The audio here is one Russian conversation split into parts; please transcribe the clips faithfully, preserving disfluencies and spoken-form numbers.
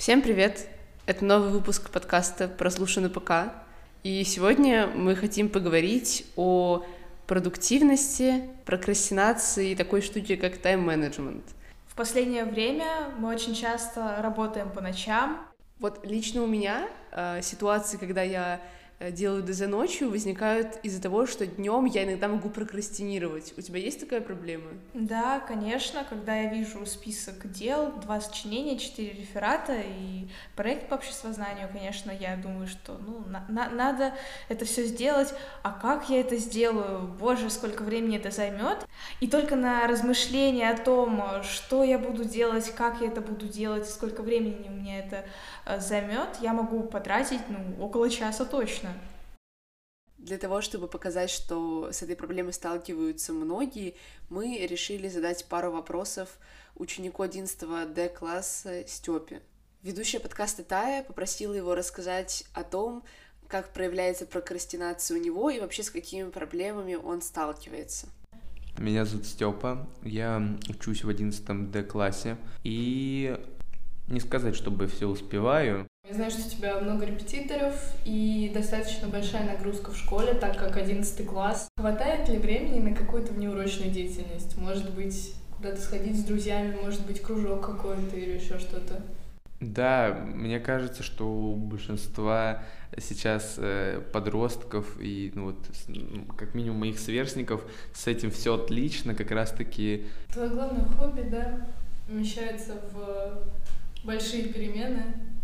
Всем привет! Это новый выпуск подкаста «Прослушано ПК». И сегодня мы хотим поговорить о продуктивности, прокрастинации и такой штуке, как тайм-менеджмент. В последнее время мы очень часто работаем по ночам. Вот лично у меня э, ситуации, когда я делаю ДЗ ночью, возникают из-за того, что днем я иногда могу прокрастинировать. У тебя есть такая проблема? Да, конечно, когда я вижу список дел, два сочинения, четыре реферата и проект по обществознанию, конечно, я думаю, что ну, на- на- надо это все сделать, а как я это сделаю? Боже, сколько времени это займет. И только на размышление о том, что я буду делать, как я это буду делать, сколько времени у меня это займет, я могу потратить ну, около часа точно. Для того, чтобы показать, что с этой проблемой сталкиваются многие, мы решили задать пару вопросов ученику одиннадцатого Д-класса Стёпе. Ведущая подкаста Тая попросила его рассказать о том, как проявляется прокрастинация у него и вообще с какими проблемами он сталкивается. Меня зовут Стёпа, я учусь в одиннадцатом Д-классе, и не сказать, чтобы все успеваю. Я знаю, что у тебя много репетиторов и достаточно большая нагрузка в школе, так как одиннадцатый класс. Хватает ли времени на какую-то внеурочную деятельность? Может быть, куда-то сходить с друзьями, может быть, кружок какой-то или еще что-то? Да, мне кажется, что у большинства сейчас э, подростков и, ну вот, ну, как минимум моих сверстников с этим все отлично, как раз-таки... Твое главное хобби, да, вмещается в большие перемены.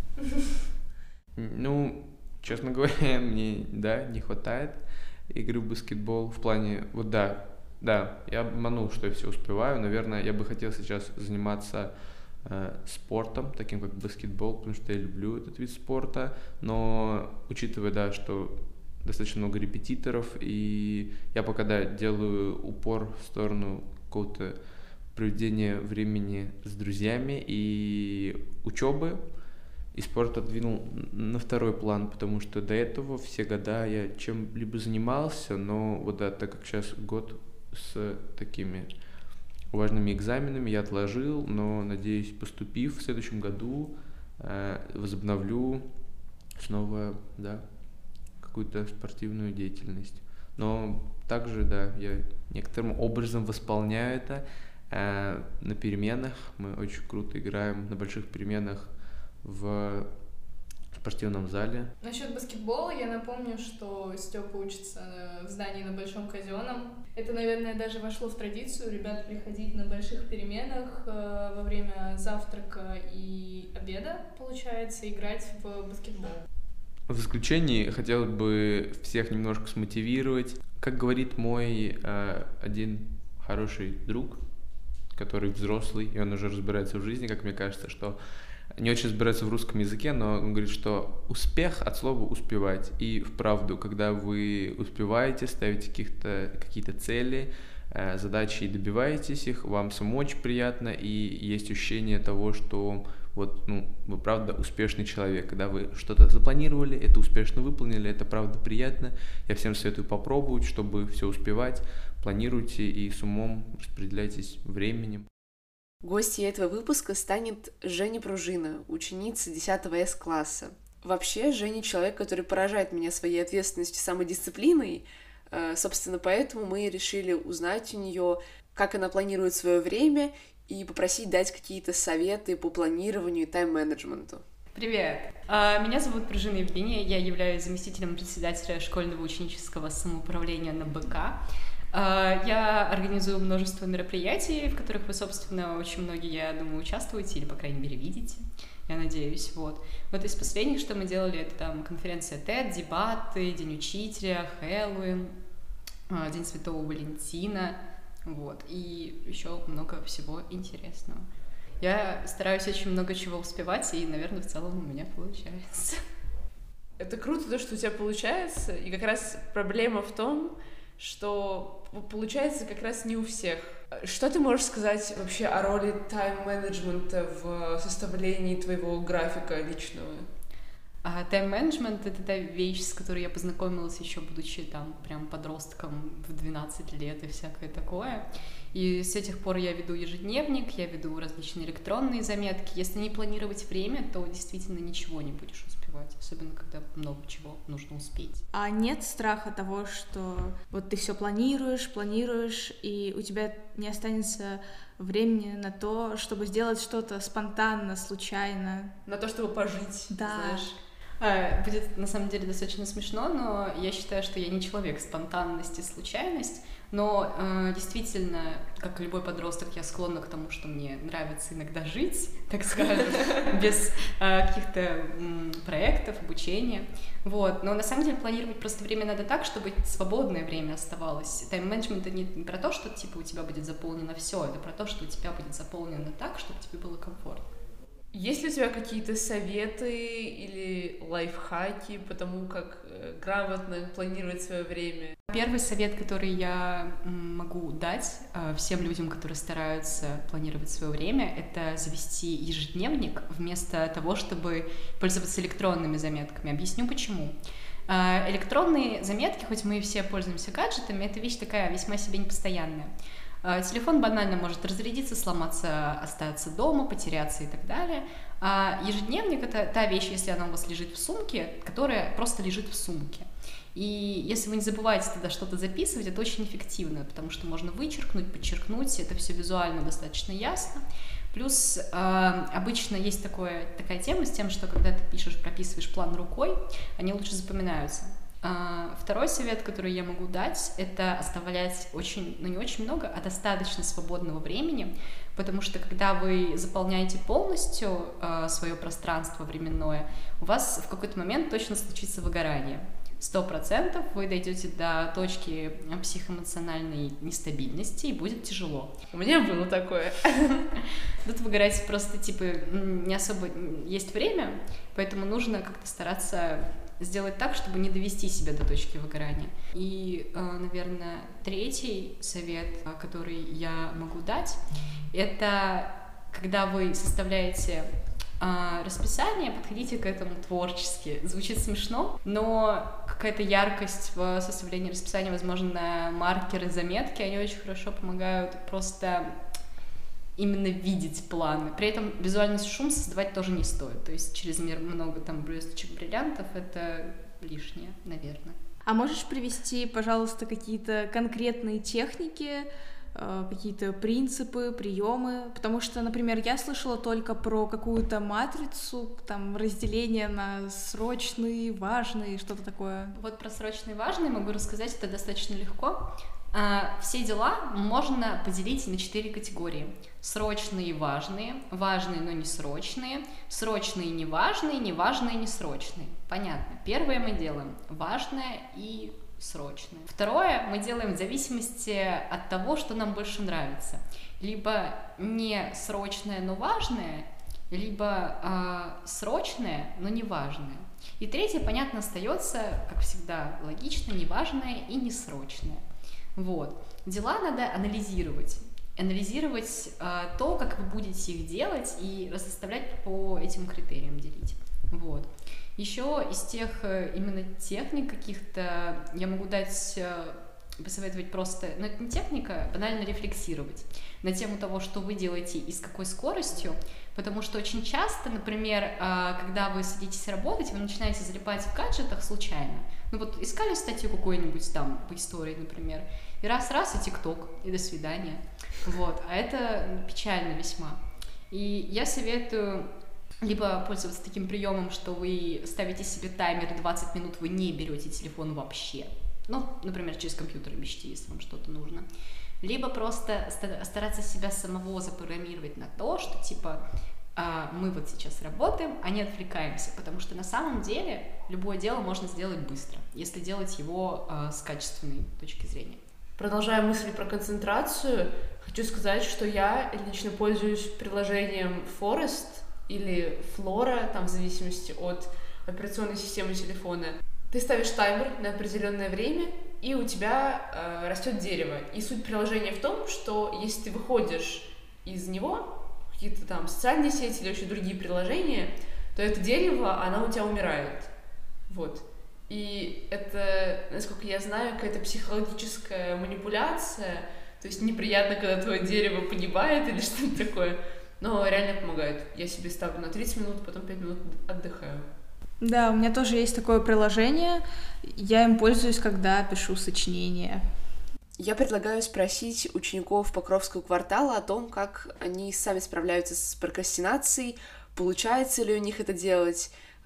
Ну, честно говоря, мне, да, не хватает игры в баскетбол в плане, вот да, да, я обманул, что я все успеваю, наверное, я бы хотел сейчас заниматься э, спортом, таким как баскетбол, потому что я люблю этот вид спорта, но учитывая, да, что достаточно много репетиторов, и я пока, да, делаю упор в сторону какого-то проведения времени с друзьями и учебы, и спорт отдвинул на второй план, потому что до этого все года я чем-либо занимался, но вот да, так как сейчас год с такими важными экзаменами я отложил, но, надеюсь, поступив в следующем году, э, возобновлю снова, да, какую-то спортивную деятельность. Но также, да, я некоторым образом восполняю это э, на переменах. Мы очень круто играем на больших переменах в спортивном зале. Насчет баскетбола я напомню, что Степа учится в здании на Большом Казенном. Это, наверное, даже вошло в традицию ребят приходить на больших переменах э, во время завтрака и обеда, получается, играть в баскетбол. В заключении хотелось бы всех немножко смотивировать. Как говорит мой э, один хороший друг, который взрослый, и он уже разбирается в жизни, как мне кажется, что не очень разбирается в русском языке, но он говорит, что успех от слова «успевать». И вправду, когда вы успеваете, ставите каких-то, какие-то цели, э, задачи и добиваетесь их, вам самому очень приятно, и есть ощущение того, что вот, ну, вы правда успешный человек. Когда вы что-то запланировали, это успешно выполнили, это правда приятно. Я всем советую попробовать, чтобы все успевать. Планируйте и с умом распределяйтесь временем. Гостьей этого выпуска станет Женя Пружина, ученица десятого С-класса. Вообще, Женя — человек, который поражает меня своей ответственностью и самодисциплиной. Собственно, поэтому мы решили узнать у нее, как она планирует свое время, и попросить дать какие-то советы по планированию и тайм-менеджменту. Привет! Меня зовут Пружина Евгения, я являюсь заместителем председателя школьного ученического самоуправления на БК. Я организую множество мероприятий, в которых вы, собственно, очень многие, я думаю, участвуете или, по крайней мере, видите, я надеюсь, вот. Вот из последних, что мы делали, это там конференция TED, дебаты, День учителя, Хэллоуин, День Святого Валентина, вот, и еще много всего интересного. Я стараюсь очень много чего успевать, и, наверное, в целом у меня получается. Это круто, то, что у тебя получается, и как раз проблема в том, что получается как раз не у всех. Что ты можешь сказать вообще о роли тайм-менеджмента в составлении твоего графика личного? А тайм-менеджмент — это та вещь, с которой я познакомилась еще будучи там прям подростком в двенадцать лет и всякое такое. И с этих пор я веду ежедневник, я веду различные электронные заметки. Если не планировать время, то действительно ничего не будешь успевать, особенно когда много чего нужно успеть. А нет страха того, что вот ты все планируешь, планируешь, и у тебя не останется времени на то, чтобы сделать что-то спонтанно, случайно? На то, чтобы пожить, Да. знаешь. А, будет на самом деле достаточно смешно, но я считаю, что я не человек спонтанность и случайность, но э, действительно, как и любой подросток, я склонна к тому, что мне нравится иногда жить, так скажем, без э, каких-то м, проектов, обучения. Вот. Но на самом деле планировать просто время надо так, чтобы свободное время оставалось. Тайм-менеджмент — это не про то, что типа у тебя будет заполнено все, это про то, что у тебя будет заполнено так, чтобы тебе было комфортно. Есть ли у тебя какие-то советы или лайфхаки по тому, как э, грамотно планировать свое время? Первый совет, который я могу дать э, всем людям, которые стараются планировать свое время, это завести ежедневник вместо того, чтобы пользоваться электронными заметками. Объясню почему. Э, электронные заметки, хоть мы и все пользуемся гаджетами, это вещь такая весьма себе непостоянная. Телефон банально может разрядиться, сломаться, остаться дома, потеряться и так далее. А ежедневник — это та вещь, если она у вас лежит в сумке, которая просто лежит в сумке. И если вы не забываете туда что-то записывать, это очень эффективно, потому что можно вычеркнуть, подчеркнуть, это все визуально достаточно ясно. Плюс э, обычно есть такое, такая тема с тем, что когда ты пишешь, прописываешь план рукой, они лучше запоминаются. Второй совет, который я могу дать, это оставлять очень, ну не очень много, а достаточно свободного времени, потому что когда вы заполняете полностью э, свое пространство временное, у вас в какой-то момент точно случится выгорание. Сто процентов вы дойдете до точки психоэмоциональной нестабильности, и будет тяжело. У меня было такое. Тут выгорать просто, типа, не особо есть время, поэтому нужно как-то стараться сделать так, чтобы не довести себя до точки выгорания. И, наверное, третий совет, который я могу дать, это когда вы составляете расписание, подходите к этому творчески. Звучит смешно, но какая-то яркость в составлении расписания, возможно, маркеры, заметки, они очень хорошо помогают просто именно видеть планы. При этом визуальный шум создавать тоже не стоит. То есть чрезмерно много там блесточек, бриллиантов — это лишнее, наверное. А можешь привести, пожалуйста, какие-то конкретные техники, какие-то принципы, приемы? Потому что, например, я слышала только про какую-то матрицу, там, разделение на срочные, важные, что-то такое. Вот про срочные и важные могу рассказать, это достаточно легко. Все дела можно поделить на четыре категории. Срочные и важные, важные, но не срочные, срочные и неважные, неважные и несрочные. Понятно. Первое мы делаем важное и срочное. Второе мы делаем в зависимости от того, что нам больше нравится. Либо не срочное, но важное, либо э, срочное, но не важное. И третье, понятно, остается, как всегда, логично, неважное и несрочное. Вот. Дела надо анализировать. Анализировать э, то, как вы будете их делать, и расставлять по этим критериям, делить. Вот. Еще из тех э, именно техник каких-то я могу дать, э, посоветовать просто, но это не техника, банально рефлексировать на тему того, что вы делаете и с какой скоростью, потому что очень часто, например, э, когда вы садитесь работать, вы начинаете залипать в гаджетах случайно. Ну вот искали статью какую-нибудь там по истории, например, и раз-раз, и ТикТок, и до свидания. Вот. А это печально весьма. И я советую либо пользоваться таким приемом, что вы ставите себе таймер двадцать минут, вы не берете телефон вообще. Ну, например, через компьютер ищите, если вам что-то нужно. Либо просто стараться себя самого запрограммировать на то, что типа мы вот сейчас работаем, а не отвлекаемся, потому что на самом деле любое дело можно сделать быстро, если делать его с качественной точки зрения. Продолжая мысли про концентрацию, хочу сказать, что я лично пользуюсь приложением Forest или Flora, там в зависимости от операционной системы телефона. Ты ставишь таймер на определенное время, и у тебя э, растет дерево. И суть приложения в том, что если ты выходишь из него, какие-то там социальные сети или вообще другие приложения, то это дерево, оно у тебя умирает. Вот. И это, насколько я знаю, какая-то психологическая манипуляция То есть неприятно, когда твое дерево погибает или что-то такое, но реально помогает. Я себе ставлю на тридцать минут, потом пять минут отдыхаю. Да, у меня тоже есть такое приложение, я им пользуюсь, когда пишу сочинения. Я предлагаю спросить учеников Покровского квартала о том, как они сами справляются с прокрастинацией, получается ли у них это делать,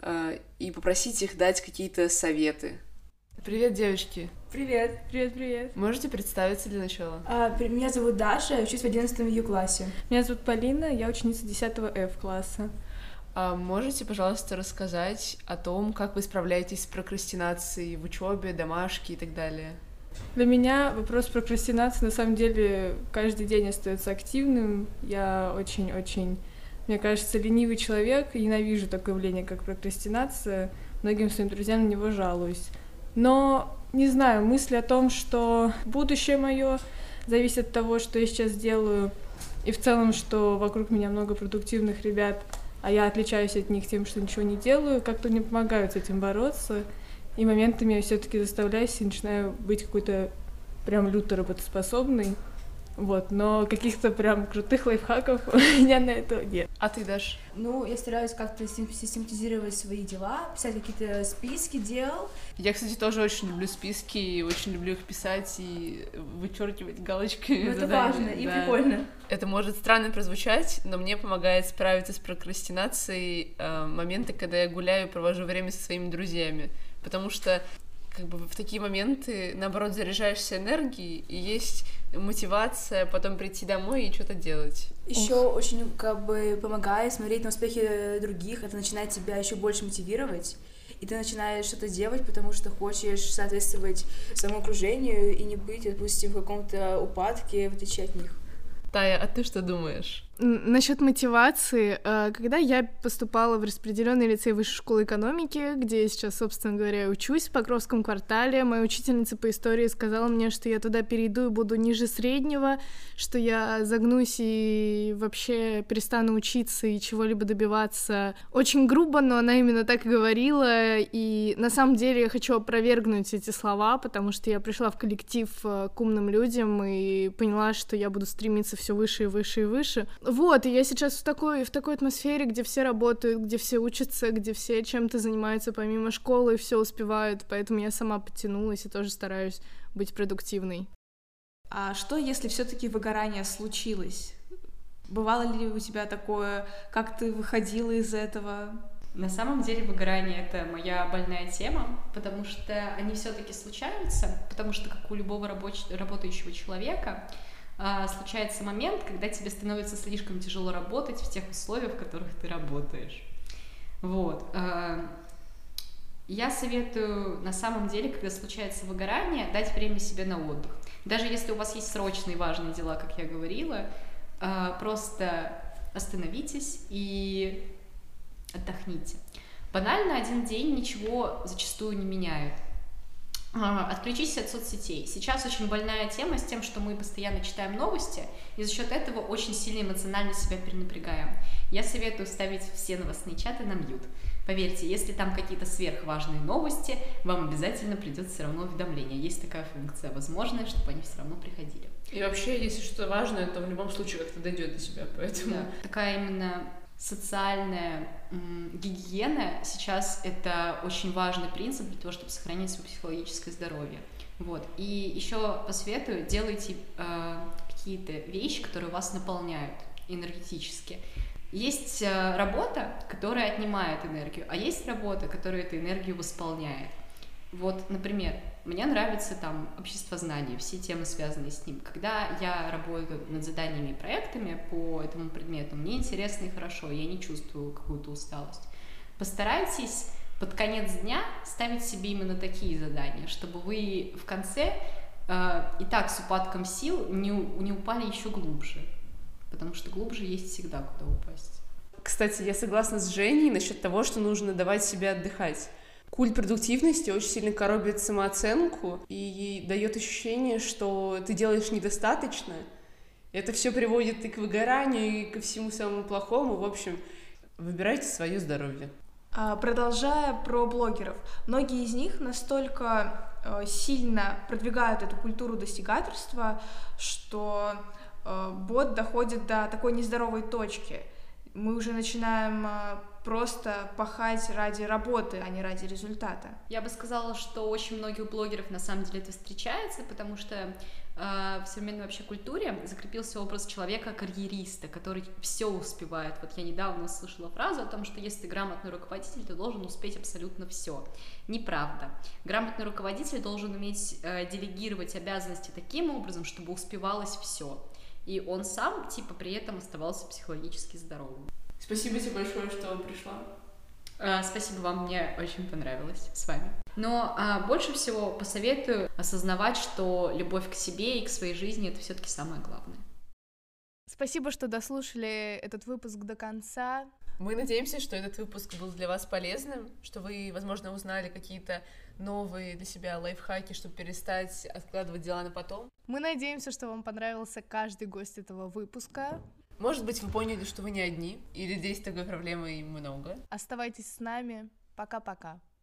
и попросить их дать какие-то советы. Привет, девочки. Привет. Привет, привет. Можете представиться для начала? А, при- меня зовут Даша, я учусь в одиннадцатом Ю-классе. Меня зовут Полина, я ученица десятого F-класса. А можете, пожалуйста, рассказать о том, как вы справляетесь с прокрастинацией в учебе, домашке и так далее? Для меня вопрос прокрастинации на самом деле каждый день остается активным. Я очень-очень, мне кажется, ленивый человек, и ненавижу такое явление, как прокрастинация. Многим своим друзьям на него жалуюсь. Но, не знаю, мысли о том, что будущее мое зависит от того, что я сейчас делаю, и в целом, что вокруг меня много продуктивных ребят, а я отличаюсь от них тем, что ничего не делаю, как-то мне помогают с этим бороться. И моментами я все-таки заставляюсь и начинаю быть какой-то прям люто работоспособной. Вот, но каких-то прям крутых лайфхаков у меня на это нет. А ты, Даш? Ну, я стараюсь как-то систематизировать свои дела, писать какие-то списки дел. Я, кстати, тоже очень люблю списки, и очень люблю их писать и вычеркивать галочками. Ну, это задания. важно и Да. прикольно. Это может странно прозвучать, но мне помогает справиться с прокрастинацией э, моменты, когда я гуляю и провожу время со своими друзьями. Потому что как бы в такие моменты, наоборот, заряжаешься энергией, и есть мотивация потом прийти домой и что-то делать. Еще очень как бы помогает смотреть на успехи других, это начинает тебя еще больше мотивировать. И ты начинаешь что-то делать, потому что хочешь соответствовать своему окружению и не быть, допустим, в каком-то упадке, в отличие от них. Тая, а ты что думаешь? Насчет мотивации, когда я поступала в распределенный лицей Высшей школы экономики, где я сейчас, собственно говоря, учусь в Покровском квартале, моя учительница по истории сказала мне, что я туда перейду и буду ниже среднего, что я загнусь и вообще перестану учиться и чего-либо добиваться. Очень грубо, но она именно так и говорила, и на самом деле я хочу опровергнуть эти слова, потому что я пришла в коллектив к умным людям и поняла, что я буду стремиться все выше и выше и выше. Вот, и я сейчас в такой, в такой атмосфере, где все работают, где все учатся, где все чем-то занимаются помимо школы и все успевают, поэтому я сама подтянулась и тоже стараюсь быть продуктивной. А что, если все-таки выгорание случилось? Бывало ли у тебя такое? Как ты выходила из этого? На самом деле выгорание — это моя больная тема, потому что они все-таки случаются, потому что, как у любого рабоч... работающего человека, случается момент, когда тебе становится слишком тяжело работать в тех условиях, в которых ты работаешь. Вот. Я советую, на самом деле, когда случается выгорание, дать время себе на отдых. Даже если у вас есть срочные важные дела, как я говорила, просто остановитесь и отдохните. Банально один день ничего зачастую не меняет. Отключитесь от соцсетей. Сейчас очень больная тема с тем, что мы постоянно читаем новости, и за счет этого очень сильно эмоционально себя перенапрягаем. Я советую ставить все новостные чаты на мьют. Поверьте, если там какие-то сверхважные новости, вам обязательно придет все равно уведомление. Есть такая функция возможная, чтобы они все равно приходили. И вообще, если что-то важное, то в любом случае как-то дойдет до себя, поэтому... Да. Такая именно социальная м, гигиена сейчас это очень важный принцип для того, чтобы сохранить свое психологическое здоровье. Вот. И еще посоветую, делайте э, какие-то вещи, которые вас наполняют энергетически. Есть э, работа, которая отнимает энергию, а есть работа, которая эту энергию восполняет. Вот, например, мне нравится там обществознание, все темы, связанные с ним. Когда я работаю над заданиями и проектами по этому предмету, мне интересно и хорошо, я не чувствую какую-то усталость. Постарайтесь под конец дня ставить себе именно такие задания, чтобы вы в конце э, и так с упадком сил не, не упали еще глубже, потому что глубже есть всегда куда упасть. Кстати, я согласна с Женей насчет того, что нужно давать себе отдыхать. Культ продуктивности очень сильно коробит самооценку и дает ощущение, что ты делаешь недостаточно. Это все приводит и к выгоранию, и ко всему самому плохому. В общем, выбирайте свое здоровье. Продолжая про блогеров, многие из них настолько сильно продвигают эту культуру достигаторства, что бот доходит до такой нездоровой точки. Мы уже начинаем просто пахать ради работы, а не ради результата. Я бы сказала, что очень многих блогеров на самом деле это встречается, потому что э, в современной вообще культуре закрепился образ человека-карьериста, который все успевает. Вот я недавно услышала фразу о том, что если ты грамотный руководитель, ты должен успеть абсолютно все. Неправда. Грамотный руководитель должен уметь э, делегировать обязанности таким образом, чтобы успевалось все. И он сам, типа, при этом оставался психологически здоровым. Спасибо тебе большое, что пришла. А, спасибо вам, мне очень понравилось с вами. Но а, больше всего посоветую осознавать, что любовь к себе и к своей жизни — это все-таки самое главное. Спасибо, что дослушали этот выпуск до конца. Мы надеемся, что этот выпуск был для вас полезным, что вы, возможно, узнали какие-то новые для себя лайфхаки, чтобы перестать откладывать дела на потом. Мы надеемся, что вам понравился каждый гость этого выпуска. Может быть, вы поняли, что вы не одни, или здесь такой проблемы много. Оставайтесь с нами. Пока-пока.